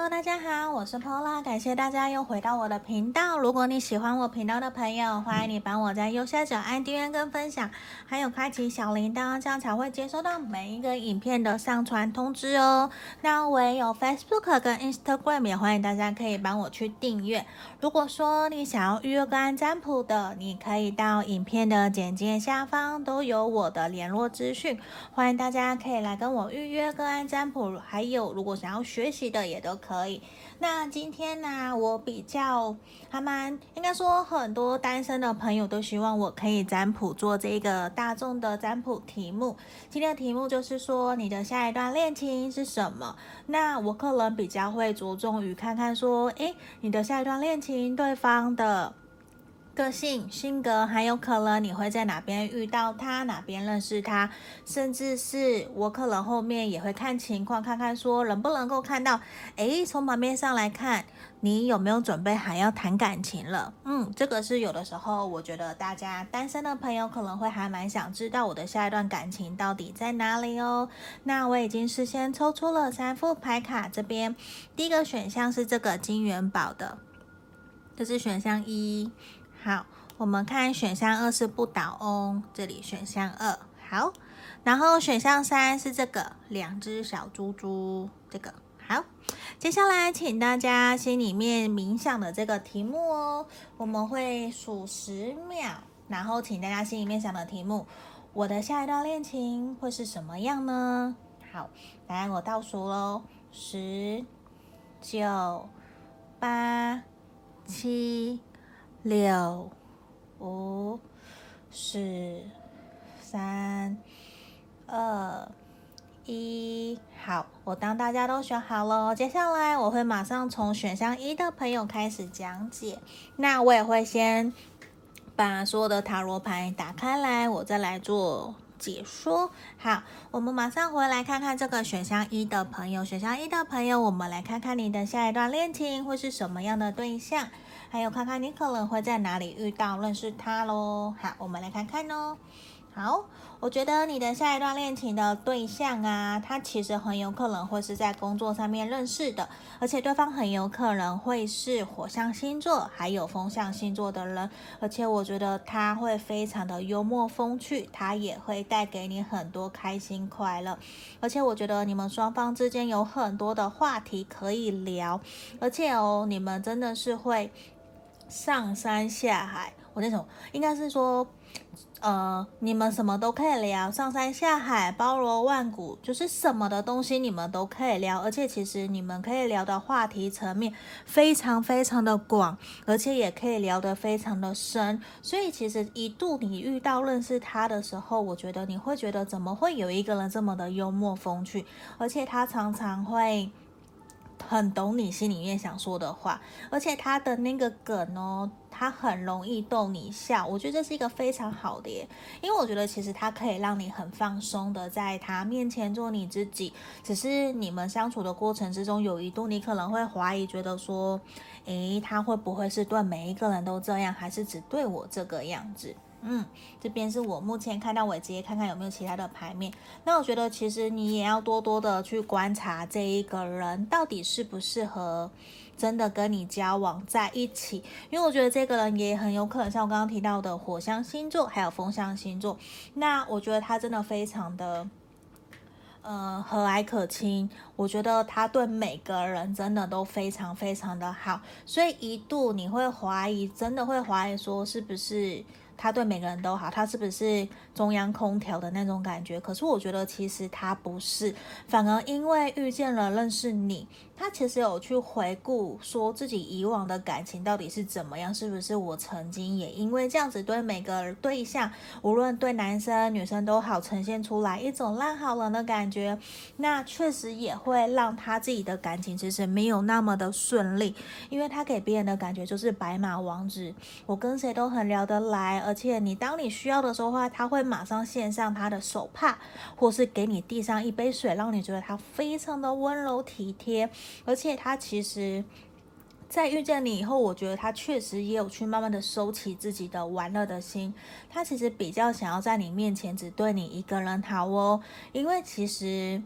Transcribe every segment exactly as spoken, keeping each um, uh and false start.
Hello，大家好，我是 Pola，感谢大家又回到我的频道。如果你喜欢我频道的朋友，欢迎你帮我在右下角按订阅跟分享，还有开启小铃铛，这样才会接收到每一个影片的上传通知哦。那我也有 Facebook 跟 Instagram， 也欢迎大家可以帮我去订阅。如果说你想要预约个案占卜的，你可以到影片的简介下方都有我的联络资讯，欢迎大家可以来跟我预约个案占卜，还有如果想要学习的也都可以。那今天呢，我比较还蛮应该说很多单身的朋友都希望我可以占卜做这个大众的占卜题目。今天的题目就是说你的下一段恋情是什么？那我个人比较会着重于看看说，诶，你的下一段恋情对方的个性、性格，还有可能你会在哪边遇到他，哪边认识他，甚至是我可能后面也会看情况，看看说能不能够看到，诶，从旁边上来看，你有没有准备还要谈感情了？嗯，这个是有的时候我觉得大家单身的朋友可能会还蛮想知道我的下一段感情到底在哪里哦。那我已经事先抽出了三副牌卡，这边第一个选项是这个金元宝的，这是选项一。好，我们看选项二是不倒翁，这里选项二。好，然后选项三是这个两只小猪猪，这个好。接下来请大家心里面冥想的这个题目哦，我们会数十秒，然后请大家心里面想的题目，我的下一段恋情会是什么样呢？好，来我倒数喽，十、九、八、七、六、五、四、三、二、一。好，我当大家都选好了，接下来我会马上从选项一的朋友开始讲解。那我也会先把所有的塔罗牌打开来，我再来做解说。好，我们马上回来看看这个选项一的朋友。选项一的朋友，我们来看看你的下一段恋情会是什么样的对象，还有看看你可能会在哪里遇到认识他咯。好，我们来看看哦。好，我觉得你的下一段恋情的对象啊，他其实很有可能会是在工作上面认识的，而且对方很有可能会是火象星座还有风象星座的人，而且我觉得他会非常的幽默风趣，他也会带给你很多开心快乐，而且我觉得你们双方之间有很多的话题可以聊，而且哦，你们真的是会上山下海，我那种应该是说呃，你们什么都可以聊，上山下海，包罗万古，就是什么的东西你们都可以聊，而且其实你们可以聊的话题层面非常非常的广，而且也可以聊得非常的深，所以其实一度你遇到认识他的时候，我觉得你会觉得怎么会有一个人这么的幽默风趣，而且他常常会很懂你心里面想说的话，而且他的那个梗哦，他很容易逗你笑，我觉得这是一个非常好的耶，因为我觉得其实他可以让你很放松的在他面前做你自己，只是你们相处的过程之中，有一度你可能会怀疑，觉得说，诶，他会不会是对每一个人都这样，还是只对我这个样子？嗯，这边是我目前看到，我直接看看有没有其他的牌面。那我觉得其实你也要多多的去观察这一个人到底适不适合真的跟你交往在一起，因为我觉得这个人也很有可能像我刚刚提到的火象星座还有风象星座，那我觉得他真的非常的呃，和蔼可亲，我觉得他对每个人真的都非常非常的好，所以一度你会怀疑，真的会怀疑说是不是他对每个人都好，他是不是中央空调的那种感觉？可是我觉得其实他不是，反而因为遇见了认识你，他其实有去回顾说自己以往的感情到底是怎么样，是不是我曾经也因为这样子对每个对象，无论对男生女生都好，呈现出来一种烂好人的感觉，那确实也会让他自己的感情其实没有那么的顺利，因为他给别人的感觉就是白马王子，我跟谁都很聊得来，而且你当你需要的时候话，他会马上献上他的手帕，或是给你递上一杯水，让你觉得他非常的温柔体贴，而且他其实在遇见你以后，我觉得他确实也有去慢慢的收起自己的玩乐的心，他其实比较想要在你面前只对你一个人好哦，因为其实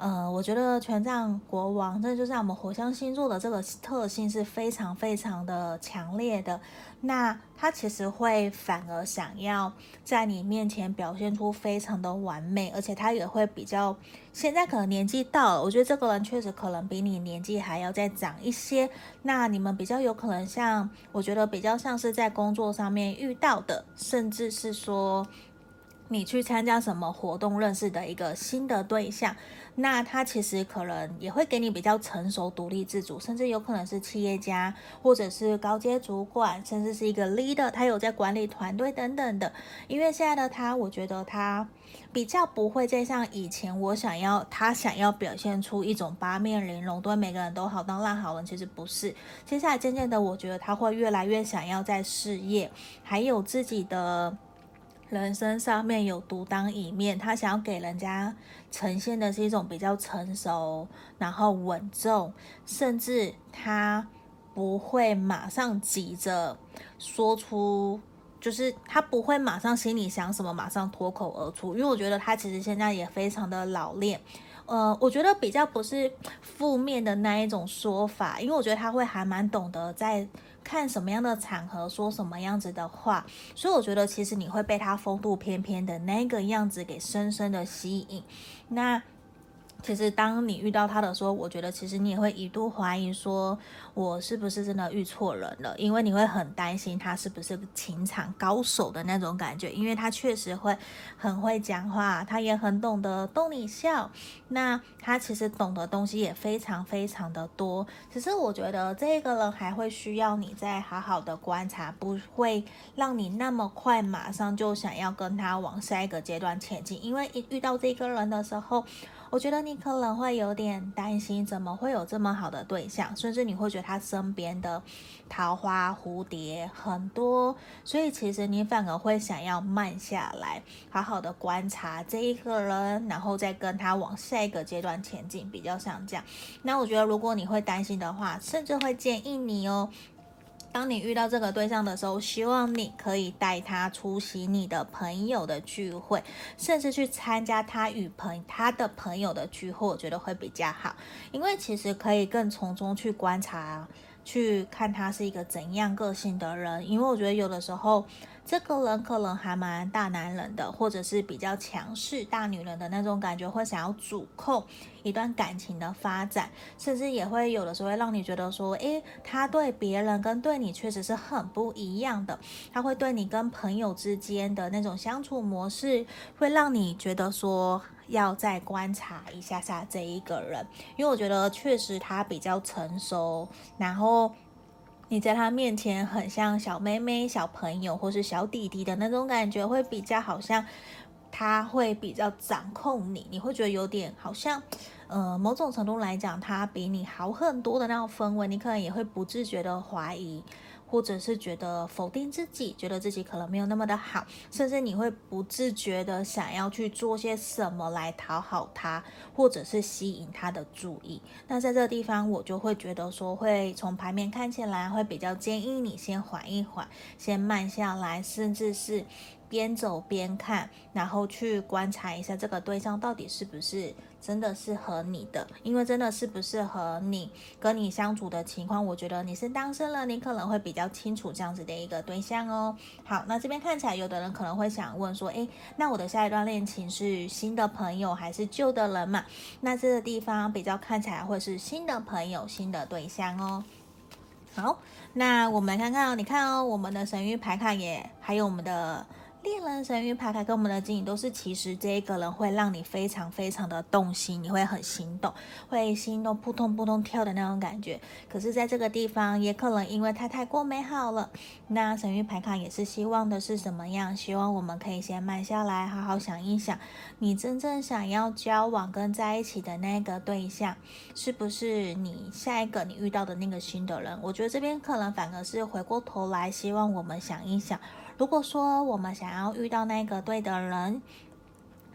呃，我觉得权杖国王，这就是我们火象星座的这个特性是非常非常的强烈的。那他其实会反而想要在你面前表现出非常的完美，而且他也会比较，现在可能年纪到了，我觉得这个人确实可能比你年纪还要再长一些。那你们比较有可能像，我觉得比较像是在工作上面遇到的，甚至是说你去参加什么活动认识的一个新的对象，那他其实可能也会给你比较成熟、独立自主，甚至有可能是企业家，或者是高阶主管，甚至是一个 leader，他有在管理团队等等的。因为现在的他，我觉得他比较不会再像以前我想要他想要表现出一种八面玲珑，对每个人都好当烂好人，其实不是。接下来渐渐的，我觉得他会越来越想要在事业还有自己的人生上面有独当一面，他想要给人家呈现的是一种比较成熟，然后稳重，甚至他不会马上急着说出，就是他不会马上心里想什么马上脱口而出，因为我觉得他其实现在也非常的老练。呃，我觉得比较不是负面的那一种说法，因为我觉得他会还蛮懂得在看什么样的场合说什么样子的话，所以我觉得其实你会被他风度翩翩的那个样子给深深的吸引。那其实当你遇到他的时候，我觉得其实你也会一度怀疑说，我是不是真的遇错人了？因为你会很担心他是不是情场高手的那种感觉，因为他确实会很会讲话，他也很懂得逗你笑，那他其实懂的东西也非常非常的多。只是我觉得这个人还会需要你再好好的观察，不会让你那么快马上就想要跟他往下一个阶段前进，因为一遇到这个人的时候，我觉得你可能会有点担心，怎么会有这么好的对象，甚至你会觉得他身边的桃花蝴蝶很多，所以其实你反而会想要慢下来，好好的观察这一个人，然后再跟他往下一个阶段前进，比较像这样。那我觉得如果你会担心的话，甚至会建议你哦，当你遇到这个对象的时候，希望你可以带他出席你的朋友的聚会，甚至去参加他与朋他的朋友的聚会，我觉得会比较好，因为其实可以更从中去观察，去看他是一个怎样个性的人。因为我觉得有的时候这个人可能还蛮大男人的，或者是比较强势大女人的那种感觉，会想要主控一段感情的发展，甚至也会有的时候会让你觉得说，诶，他对别人跟对你确实是很不一样的，他会对你跟朋友之间的那种相处模式，会让你觉得说要再观察一下下这一个人，因为我觉得确实他比较成熟，然后你在他面前很像小妹妹、小朋友或是小弟弟的那种感觉，会比较好像他会比较掌控你，你会觉得有点好像，呃，某种程度来讲，他比你好很多的那种氛围，你可能也会不自觉的怀疑，或者是觉得否定自己，觉得自己可能没有那么的好，甚至你会不自觉的想要去做些什么来讨好他，或者是吸引他的注意。那在这个地方，我就会觉得说，会从牌面看起来，会比较建议你先缓一缓，先慢下来，甚至是边走边看，然后去观察一下这个对象到底是不是真的适合你的，因为真的适不适合你跟你相处的情况，我觉得你是单身了，你可能会比较清楚这样子的一个对象哦。好，那这边看起来有的人可能会想问说，诶，那我的下一段恋情是新的朋友还是旧的人嘛？那这个地方比较看起来会是新的朋友、新的对象哦。好，那我们看看哦，你看哦，我们的神谕牌卡也还有我们的恋人神谕牌卡跟我们的指引都是，其实这一个人会让你非常非常的动心，你会很心动，会心动扑通扑通跳的那种感觉。可是在这个地方也可能因为它太过美好了，那神谕牌卡也是希望的是什么样？希望我们可以先慢下来，好好想一想，你真正想要交往跟在一起的那个对象，是不是你下一个你遇到的那个新的人？我觉得这边可能反而是回过头来，希望我们想一想，如果说我们想要遇到那个对的人，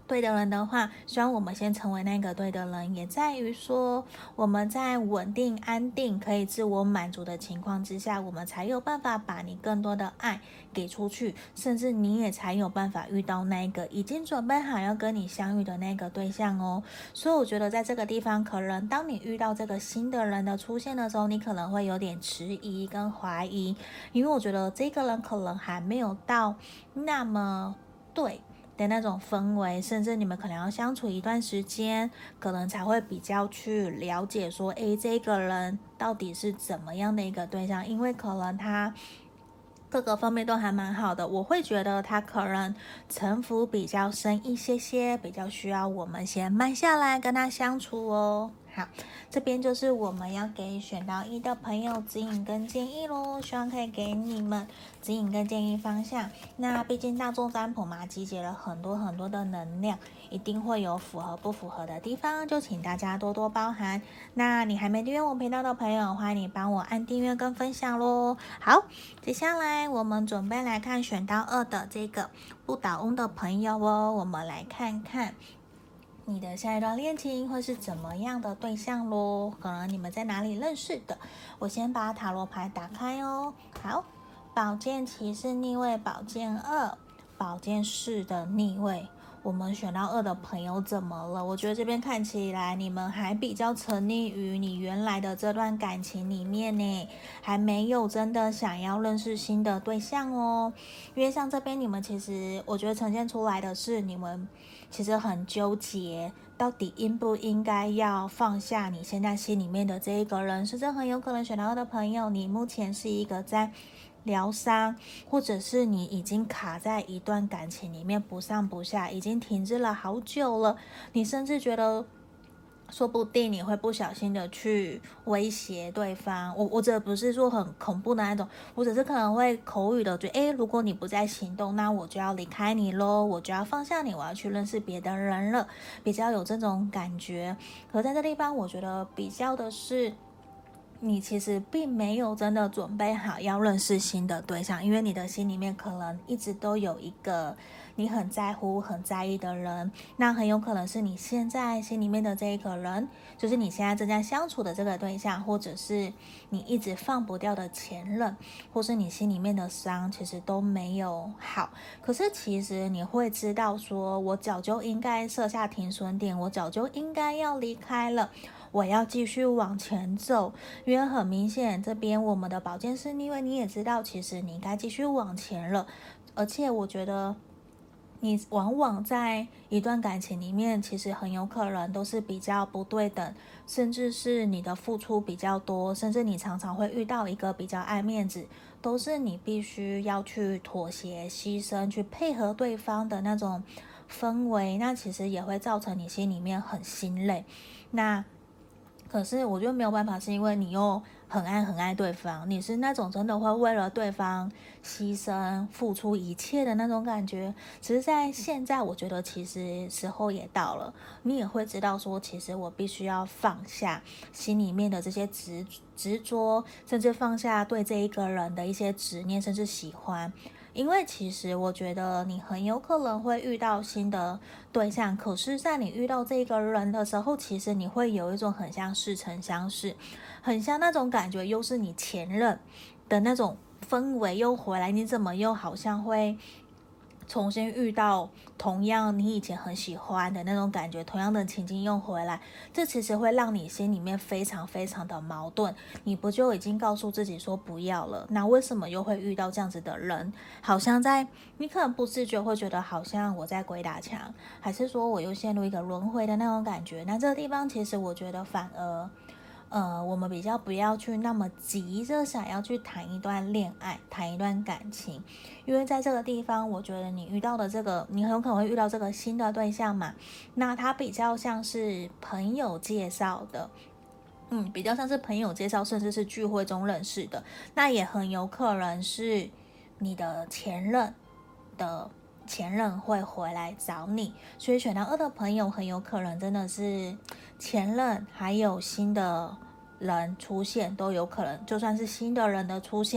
对的人的话，希望我们先成为那个对的人，也在于说我们在稳定、安定、可以自我满足的情况之下，我们才有办法把你更多的爱给出去，甚至你也才有办法遇到那个已经准备好要跟你相遇的那个对象哦。所以我觉得在这个地方，可能当你遇到这个新的人的出现的时候，你可能会有点迟疑跟怀疑，因为我觉得这个人可能还没有到那么对的那种氛围，甚至你们可能要相处一段时间，可能才会比较去了解说，诶，这个人到底是怎么样的一个对象，因为可能他各个方面都还蛮好的，我会觉得他可能城府比较深一些些，比较需要我们先慢下来跟他相处哦。好，这边就是我们要给选到一的朋友指引跟建议咯，希望可以给你们指引跟建议方向。那毕竟大众占卜嘛，集结了很多很多的能量，一定会有符合不符合的地方，就请大家多多包涵。那你还没订阅我频道的朋友，欢迎你帮我按订阅跟分享咯。好，接下来我们准备来看选到二的这个不倒翁的朋友哦，我们来看看你的下一段恋情会是怎么样的对象咯？可能你们在哪里认识的？我先把塔罗牌打开哦。好，宝剑骑士逆位，宝剑二，宝剑四的逆位。我们选到二的朋友怎么了？我觉得这边看起来你们还比较沉溺于你原来的这段感情里面呢，还没有真的想要认识新的对象哦。因为像这边你们其实我觉得呈现出来的是你们其实很纠结，到底应不应该要放下你现在心里面的这一个人，甚至很有可能选到二的朋友，你目前是一个在疗伤，或者是你已经卡在一段感情里面不上不下，已经停滞了好久了，你甚至觉得说不定你会不小心的去威胁对方，我我这不是说很恐怖的那种，我只是可能会口语的觉得，诶，如果你不再行动，那我就要离开你咯，我就要放下你，我要去认识别的人了，比较有这种感觉。可在这地方我觉得比较的是你其实并没有真的准备好要认识新的对象，因为你的心里面可能一直都有一个你很在乎很在意的人，那很有可能是你现在心里面的这一个人，就是你现在正在相处的这个对象，或者是你一直放不掉的前任，或是你心里面的伤其实都没有好。可是其实你会知道说，我早就应该设下停损点，我早就应该要离开了，我要继续往前走。因为很明显这边我们的宝剑是逆位，你也知道其实你应该继续往前了，而且我觉得你往往在一段感情里面其实很有可能都是比较不对等，甚至是你的付出比较多，甚至你常常会遇到一个比较爱面子，都是你必须要去妥协牺牲去配合对方的那种氛围，那其实也会造成你心里面很心累。那可是我觉得没有办法，是因为你又很爱很爱对方，你是那种真的会为了对方牺牲付出一切的那种感觉。只是在现在我觉得其实时候也到了，你也会知道说其实我必须要放下心里面的这些执执着，甚至放下对这一个人的一些执念甚至喜欢。因为其实我觉得你很有可能会遇到新的对象，可是在你遇到这个人的时候，其实你会有一种很像似曾相识，很像那种感觉，又是你前任的那种氛围又回来，你怎么又好像会重新遇到同样你以前很喜欢的那种感觉，同样的情境又回来，这其实会让你心里面非常非常的矛盾。你不就已经告诉自己说不要了，那为什么又会遇到这样子的人？好像在你可能不自觉会觉得好像我在鬼打墙，还是说我又陷入一个轮回的那种感觉。那这个地方其实我觉得反而呃，我们比较不要去那么急着想要去谈一段恋爱，谈一段感情，因为在这个地方，我觉得你遇到的这个，你很有可能会遇到这个新的对象嘛，那他比较像是朋友介绍的，嗯，比较像是朋友介绍，甚至是聚会中认识的，那也很有可能是你的前任的前任会回来找你，所以选到二的朋友很有可能真的是前任还有新的人出现都有可能，就算是新的人的出现，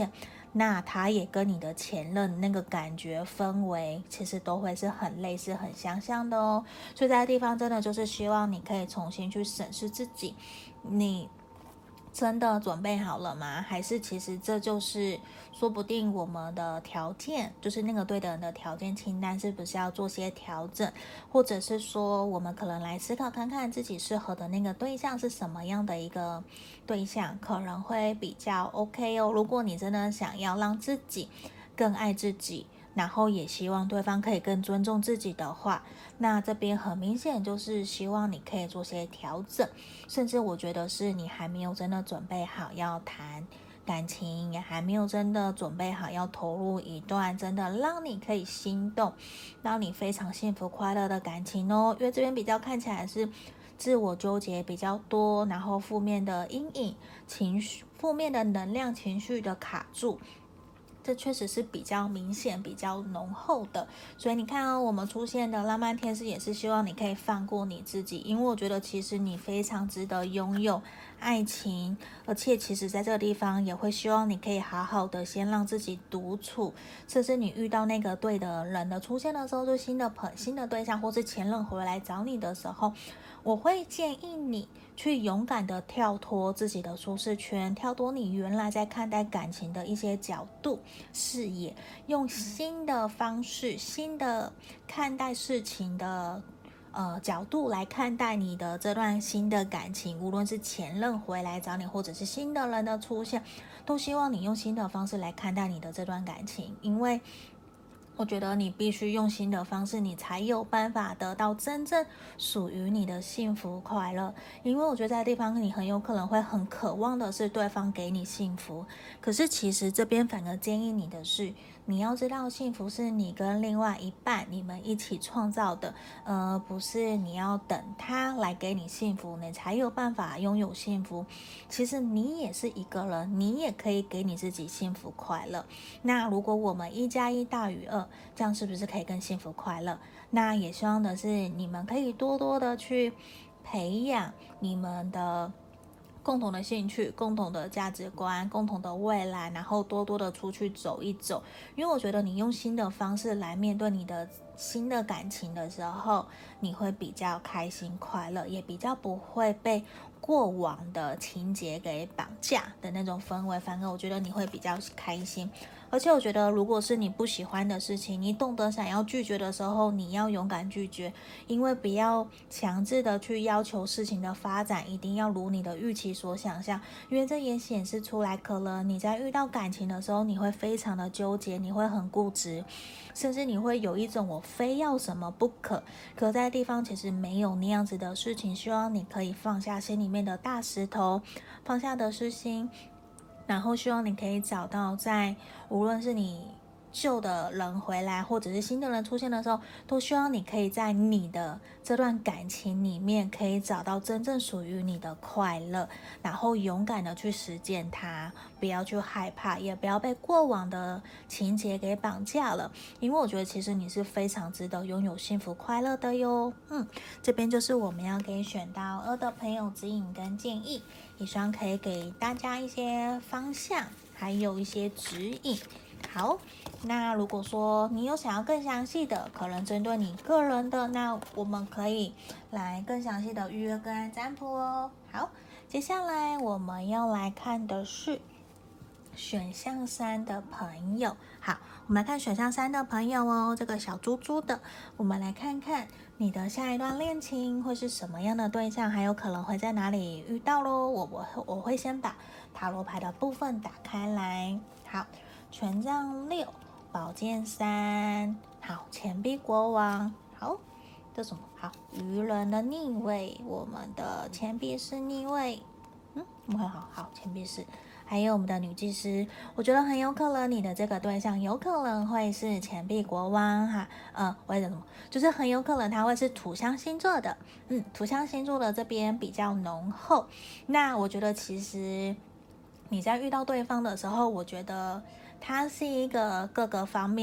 那他也跟你的前任那个感觉氛围其实都会是很类似很相像的哦。所以在地方真的就是希望你可以重新去审视自己，你真的准备好了吗？还是其实这就是说不定我们的条件，就是那个对的人的条件清单是不是要做些调整，或者是说我们可能来思考看看自己适合的那个对象是什么样的一个对象，可能会比较 OK 哦。如果你真的想要让自己更爱自己，然后也希望对方可以更尊重自己的话，那这边很明显就是希望你可以做些调整，甚至我觉得是你还没有真的准备好要谈感情，也还没有真的准备好要投入一段真的让你可以心动，让你非常幸福快乐的感情哦。因为这边比较看起来是自我纠结比较多，然后负面的阴影情绪，负面的能量情绪的卡住，这确实是比较明显比较浓厚的。所以你看哦，我们出现的浪漫天使也是希望你可以放过你自己，因为我觉得其实你非常值得拥有爱情，而且其实在这个地方也会希望你可以好好的先让自己独处，甚至你遇到那个对的人的出现的时候，就新的朋新的对象或是前任回来找你的时候，我会建议你去勇敢的跳脱自己的舒适圈，跳脱你原来在看待感情的一些角度视野，用新的方式新的看待事情的呃角度来看待你的这段新的感情，无论是前任回来找你，或者是新的人的出现，都希望你用新的方式来看待你的这段感情，因为我觉得你必须用新的方式，你才有办法得到真正属于你的幸福快乐。因为我觉得在地方你很有可能会很渴望的是对方给你幸福，可是其实这边反而建议你的是，你要知道幸福是你跟另外一半你们一起创造的，呃，不是你要等他来给你幸福，你才有办法拥有幸福。其实你也是一个人，你也可以给你自己幸福快乐。那如果我们一加一大于二，这样是不是可以更幸福快乐？那也希望的是你们可以多多的去培养你们的共同的兴趣、共同的价值观、共同的未来，然后多多的出去走一走。因为我觉得你用新的方式来面对你的新的感情的时候，你会比较开心快乐，也比较不会被过往的情节给绑架的那种氛围，反而我觉得你会比较开心。而且我觉得如果是你不喜欢的事情，你懂得想要拒绝的时候，你要勇敢拒绝，因为不要强制的去要求事情的发展一定要如你的预期所想象，因为这也显示出来可能你在遇到感情的时候，你会非常的纠结，你会很固执，甚至你会有一种我非要什么不可，可在地方其实没有那样子的事情，希望你可以放下心里面的大石头，放下的是心，然后希望你可以找到在无论是你旧的人回来或者是新的人出现的时候，都希望你可以在你的这段感情里面可以找到真正属于你的快乐，然后勇敢的去实践它，不要去害怕，也不要被过往的情节给绑架了，因为我觉得其实你是非常值得拥有幸福快乐的哟。嗯，这边就是我们要给选到二的朋友指引跟建议，也希望可以给大家一些方向，还有一些指引。好，那如果说你有想要更详细的，可能针对你个人的，那我们可以来更详细的预约个案占卜哦。好，接下来我们要来看的是选项三的朋友。好，我们来看选项三的朋友哦，这个小猪猪的，我们来看看你的下一段恋情会是什么样的对象，还有可能会在哪里遇到咯。我我我会先把塔罗牌的部分打开来。好，权杖六，宝剑三，好，钱币国王，好，这什么？好，愚人的逆位，我们的钱币是逆位，嗯，我们好好，钱币是。还有我们的女祭司，我觉得很有可能你的这个对象有可能会是钱币国王哈，呃，或者什么，就是很有可能他会是土象星座的，嗯，土象星座的这边比较浓厚。那我觉得其实你在遇到对方的时候，我觉得他是一个各个方面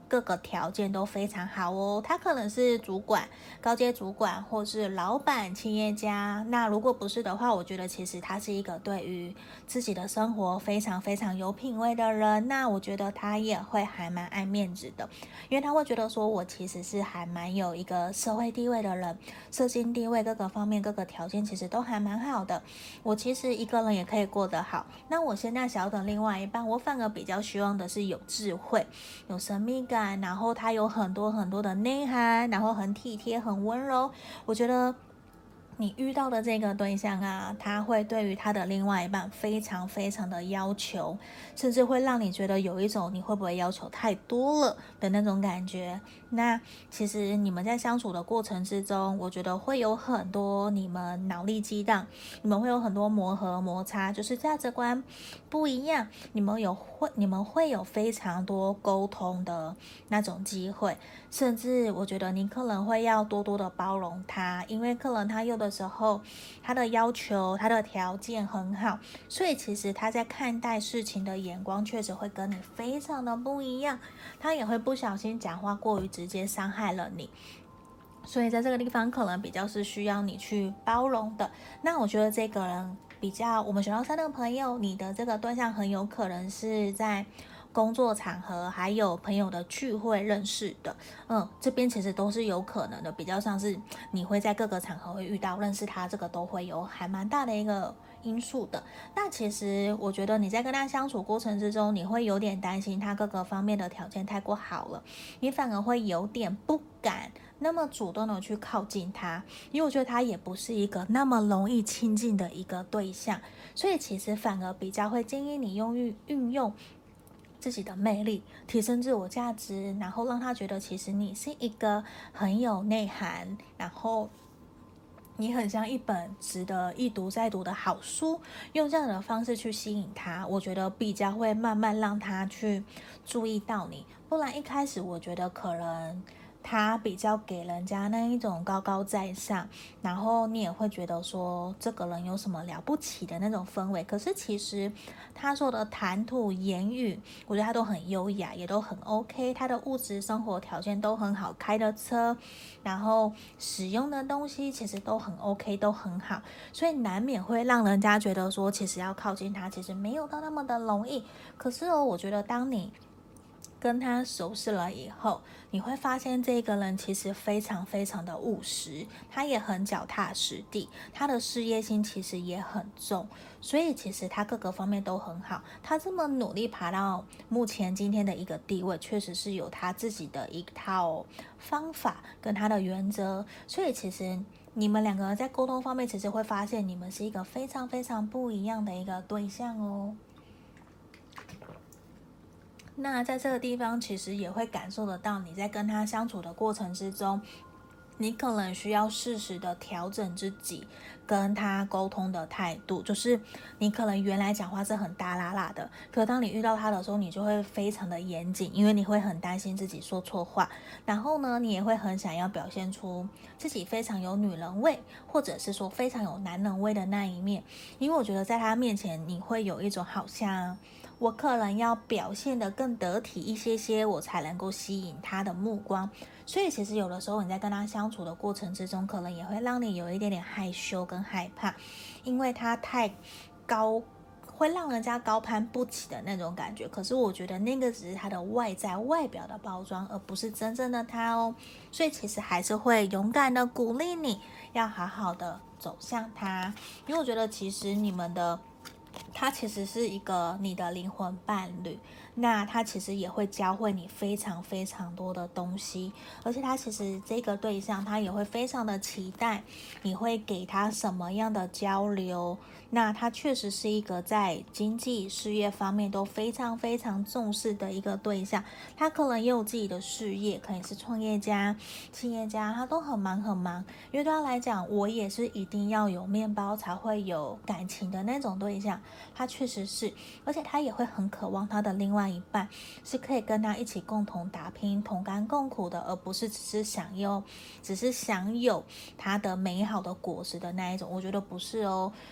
各个条件都非常好哦。他可能是主管、高阶主管，或是老板、企业家。那如果不是的话，我觉得其实他是一个对于自己的生活非常非常有品味的人。那我觉得他也会还蛮爱面子的，因为他会觉得说我其实是还蛮有一个社会地位的人，社经地位各个方面各个条件其实都还蛮好的。我其实一个人也可以过得好。那我现在想要的另外一半，我反而比较希望的是有智慧、有神秘感，然后他有很多很多的内涵，然后很体贴、很温柔。我觉得你遇到的这个对象啊，他会对于他的另外一半非常非常的要求，甚至会让你觉得有一种你会不会要求太多了的那种感觉。那其实你们在相处的过程之中，我觉得会有很多你们脑力激荡，你们会有很多磨合摩擦，就是价值观不一样，你们有会你们会有非常多沟通的那种机会，甚至我觉得你可能会要多多的包容他，因为可能他有的时候他的要求他的条件很好，所以其实他在看待事情的眼光确实会跟你非常的不一样，他也会不小心讲话过于直接伤害了你，所以在这个地方可能比较是需要你去包容的。那我觉得这个人比较，我们选到三的朋友，你的这个对象很有可能是在工作场合还有朋友的聚会认识的，嗯，这边其实都是有可能的，比较像是你会在各个场合会遇到认识他，这个都会有还蛮大的一个因素的。那其实我觉得你在跟他相处过程之中，你会有点担心他各个方面的条件太过好了，你反而会有点不敢那么主动的去靠近他，因为我觉得他也不是一个那么容易亲近的一个对象，所以其实反而比较会建议你用运运用自己的魅力，提升自我价值，然后让他觉得其实你是一个很有内涵，然后你很像一本值得一读再读的好书，用这样的方式去吸引他，我觉得比较会慢慢让他去注意到你。不然一开始我觉得可能他比较给人家那一种高高在上，然后你也会觉得说这个人有什么了不起的那种氛围。可是其实他说的谈吐言语，我觉得他都很优雅，也都很 OK， 他的物质生活条件都很好，开的车，然后使用的东西其实都很 OK， 都很好，所以难免会让人家觉得说其实要靠近他其实没有到那么的容易。可是哦，我觉得当你跟他熟识了以后，你会发现这个人其实非常非常的务实，他也很脚踏实地，他的事业心其实也很重，所以其实他各个方面都很好。他这么努力爬到目前今天的一个地位，确实是有他自己的一套方法跟他的原则，所以其实你们两个人在沟通方面，其实会发现你们是一个非常非常不一样的一个对象哦。那在这个地方其实也会感受得到，你在跟他相处的过程之中，你可能需要适时的调整自己跟他沟通的态度，就是你可能原来讲话是很大啦啦的，可当你遇到他的时候，你就会非常的严谨，因为你会很担心自己说错话，然后呢，你也会很想要表现出自己非常有女人味，或者是说非常有男人味的那一面，因为我觉得在他面前，你会有一种好像我可能要表现得更得体一些些，我才能够吸引他的目光。所以其实有的时候你在跟他相处的过程之中，可能也会让你有一点点害羞跟害怕，因为他太高，会让人家高攀不起的那种感觉。可是我觉得那个只是他的外在外表的包装，而不是真正的他哦。所以其实还是会勇敢的鼓励你要好好的走向他，因为我觉得其实你们的他其实是一个你的灵魂伴侣，那他其实也会教会你非常非常多的东西，而且他其实这个对象他也会非常的期待你会给他什么样的交流。那他确实是一个在经济事业方面都非常非常重视的一个对象，他可能也有自己的事业，可以是创业家企业家，他都很忙很忙，因为对他来讲，我也是一定要有面包才会有感情的那种对象，他确实是，而且他也会很渴望他的另外一半是可以跟他一起共同打拼同甘共苦的，而不是只是享有只是享有他的美好的果实的那一种，我觉得不是哦。所以其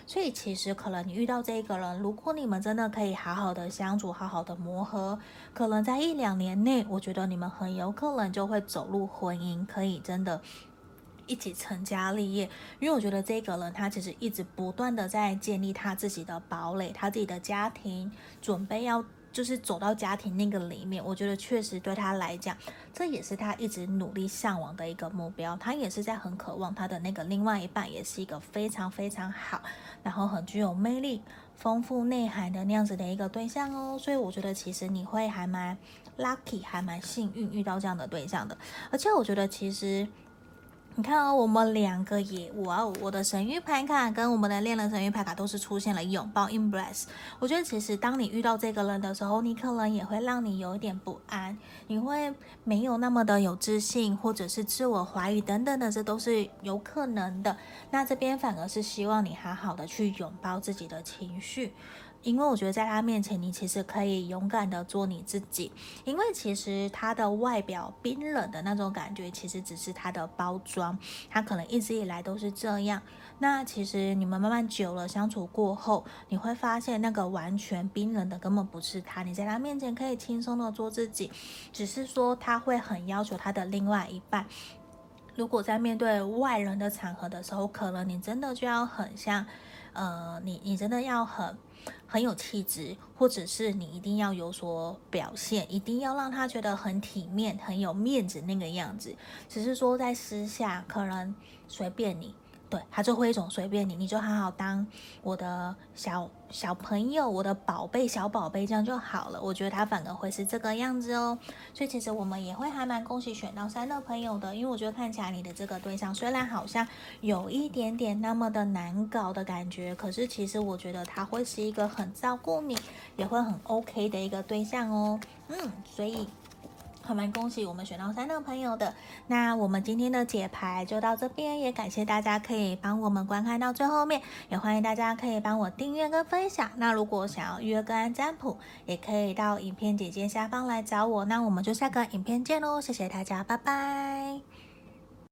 其实可能你遇到这个人，如果你们真的可以好好的相处，好好的磨合，可能在一两年内，我觉得你们很有可能就会走入婚姻，可以真的一起成家立业。因为我觉得这个人他其实一直不断的在建立他自己的堡垒，他自己的家庭，准备要就是走到家庭那个里面。我觉得确实对他来讲，这也是他一直努力向往的一个目标。他也是在很渴望他的那个另外一半也是一个非常非常好，然后很具有魅力、丰富内涵的那样子的一个对象哦。所以我觉得其实你会还蛮 lucky， 还蛮幸运遇到这样的对象的。而且我觉得其实你看哦，我们两个也，我我的神谕牌卡跟我们的恋人神谕牌卡都是出现了拥抱 embrace。我觉得其实当你遇到这个人的时候，你可能也会让你有一点不安，你会没有那么的有自信，或者是自我怀疑等等的，这都是有可能的。那这边反而是希望你好好的去拥抱自己的情绪。因为我觉得在他面前，你其实可以勇敢的做你自己。因为其实他的外表冰冷的那种感觉，其实只是他的包装，他可能一直以来都是这样。那其实你们慢慢久了相处过后，你会发现那个完全冰冷的根本不是他。你在他面前可以轻松的做自己，只是说他会很要求他的另外一半。如果在面对外人的场合的时候，可能你真的就要很像，呃，你你真的要很很有气质，或者是你一定要有所表现，一定要让他觉得很体面、很有面子那个样子。只是说在私下可能随便你。对，他就会一种随便你，你就好好当我的小小朋友，我的宝贝小宝贝，这样就好了。我觉得他反而会是这个样子哦。所以其实我们也会还蛮恭喜选到三的朋友的，因为我觉得看起来你的这个对象虽然好像有一点点那么的难搞的感觉，可是其实我觉得他会是一个很照顾你，也会很 OK 的一个对象哦。嗯，所以还蛮恭喜我们选到三的朋友的。那我们今天的解牌就到这边，也感谢大家可以帮我们观看到最后面，也欢迎大家可以帮我订阅跟分享。那如果想要预约个案占卜，也可以到影片简介下方来找我。那我们就下个影片见喽，谢谢大家，拜拜。